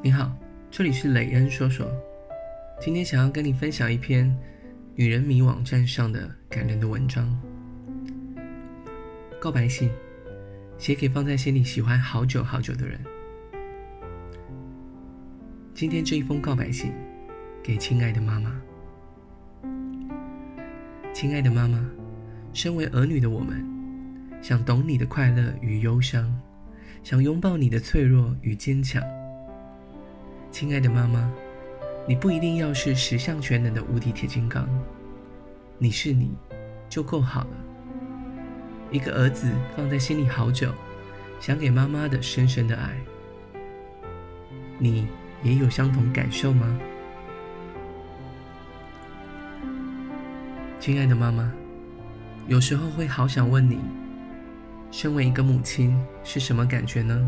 你好，这里是雷恩说说。今天想要跟你分享一篇女人迷网站上的感人的文章。告白信，写给放在心里喜欢好久好久的人。今天这一封告白信，给亲爱的妈妈。亲爱的妈妈，身为儿女的我们，想懂你的快乐与忧伤，想拥抱你的脆弱与坚强。亲爱的妈妈，你不一定要是十项全能的无敌铁金刚，你是你就够好了。一个儿子放在心里好久，想给妈妈的深深的爱，你也有相同感受吗？亲爱的妈妈，有时候会好想问你，身为一个母亲是什么感觉呢？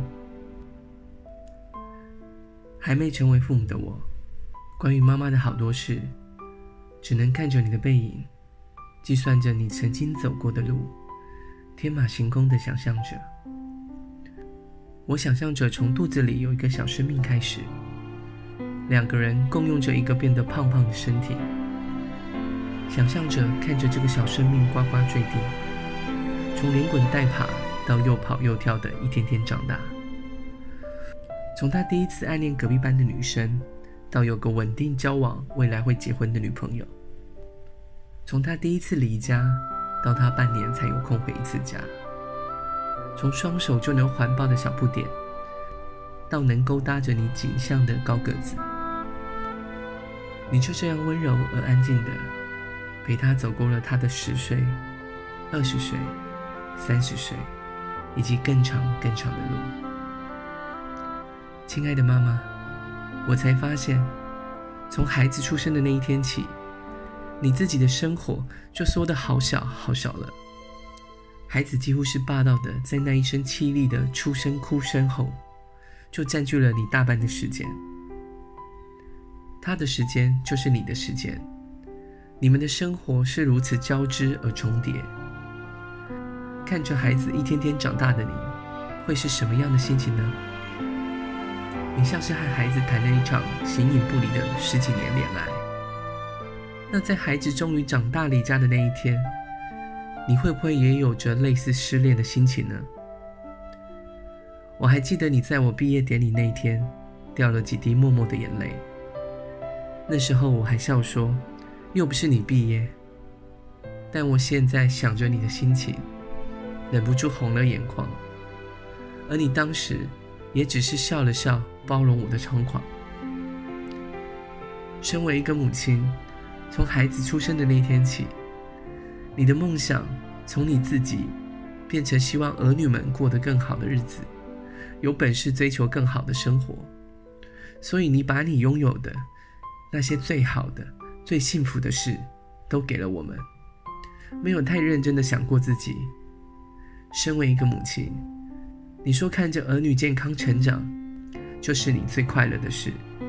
还没成为父母的我，关于妈妈的好多事，只能看着你的背影，计算着你曾经走过的路，天马行空地想象着。我想象着从肚子里有一个小生命开始，两个人共用着一个变得胖胖的身体，想象着看着这个小生命呱呱坠地，从连滚带爬到又跑又跳的一天天长大。从他第一次暗恋隔壁班的女生，到有个稳定交往未来会结婚的女朋友。从他第一次离家，到他半年才有空回一次家。从双手就能环抱的小不点，到能勾搭着你颈项的高个子。你就这样温柔而安静的陪他走过了他的10岁、20岁、30岁，以及更长更长的路。亲爱的妈妈，我才发现，从孩子出生的那一天起，你自己的生活就缩得好小好小了。孩子几乎是霸道的，在那一声凄厉的出生哭声后，就占据了你大半的时间。他的时间就是你的时间，你们的生活是如此交织而重叠。看着孩子一天天长大的你，会是什么样的心情呢？你像是和孩子谈了一场形影不离的10几年恋爱。那在孩子终于长大离家的那一天，你会不会也有着类似失恋的心情呢？我还记得你在我毕业典礼那一天掉了几滴默默的眼泪。那时候我还笑说，又不是你毕业。但我现在想着你的心情，忍不住红了眼眶。而你当时也只是笑了笑，包容我的猖狂。身为一个母亲，从孩子出生的那天起，你的梦想从你自己变成希望儿女们过得更好的日子，有本事追求更好的生活。所以你把你拥有的那些最好的、最幸福的事都给了我们，没有太认真的想过自己。身为一个母亲，你说看着儿女健康成长，就是你最快乐的事。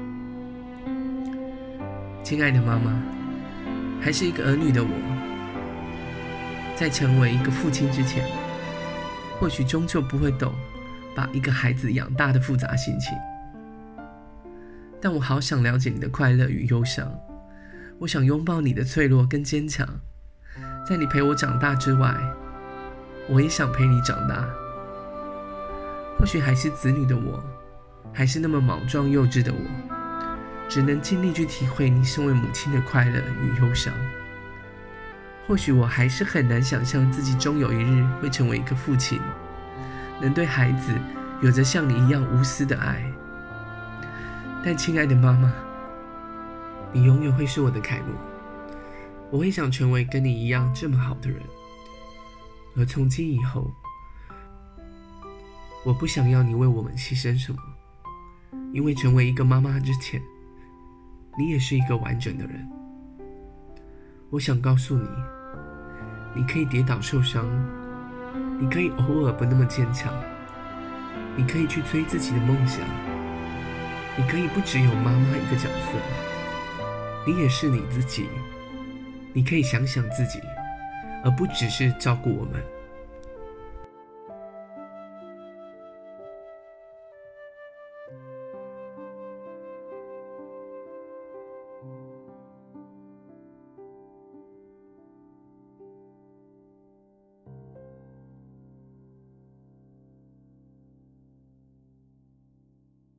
亲爱的妈妈，还是一个儿女的我，在成为一个父亲之前，或许终究不会懂把一个孩子养大的复杂心情。但我好想了解你的快乐与忧伤，我想拥抱你的脆弱跟坚强。在你陪我长大之外，我也想陪你长大。或许还是子女的我，还是那么莽撞幼稚的我，只能尽力去体会你身为母亲的快乐与忧伤。或许我还是很难想象自己终有一日会成为一个父亲，能对孩子有着像你一样无私的爱。但亲爱的妈妈，你永远会是我的楷模。我会想成为跟你一样这么好的人。而从今以后，我不想要你为我们牺牲什么，因为成为一个妈妈之前，你也是一个完整的人。我想告诉你，你可以跌倒受伤，你可以偶尔不那么坚强，你可以去追自己的梦想，你可以不只有妈妈一个角色，你也是你自己。你可以想想自己，而不只是照顾我们。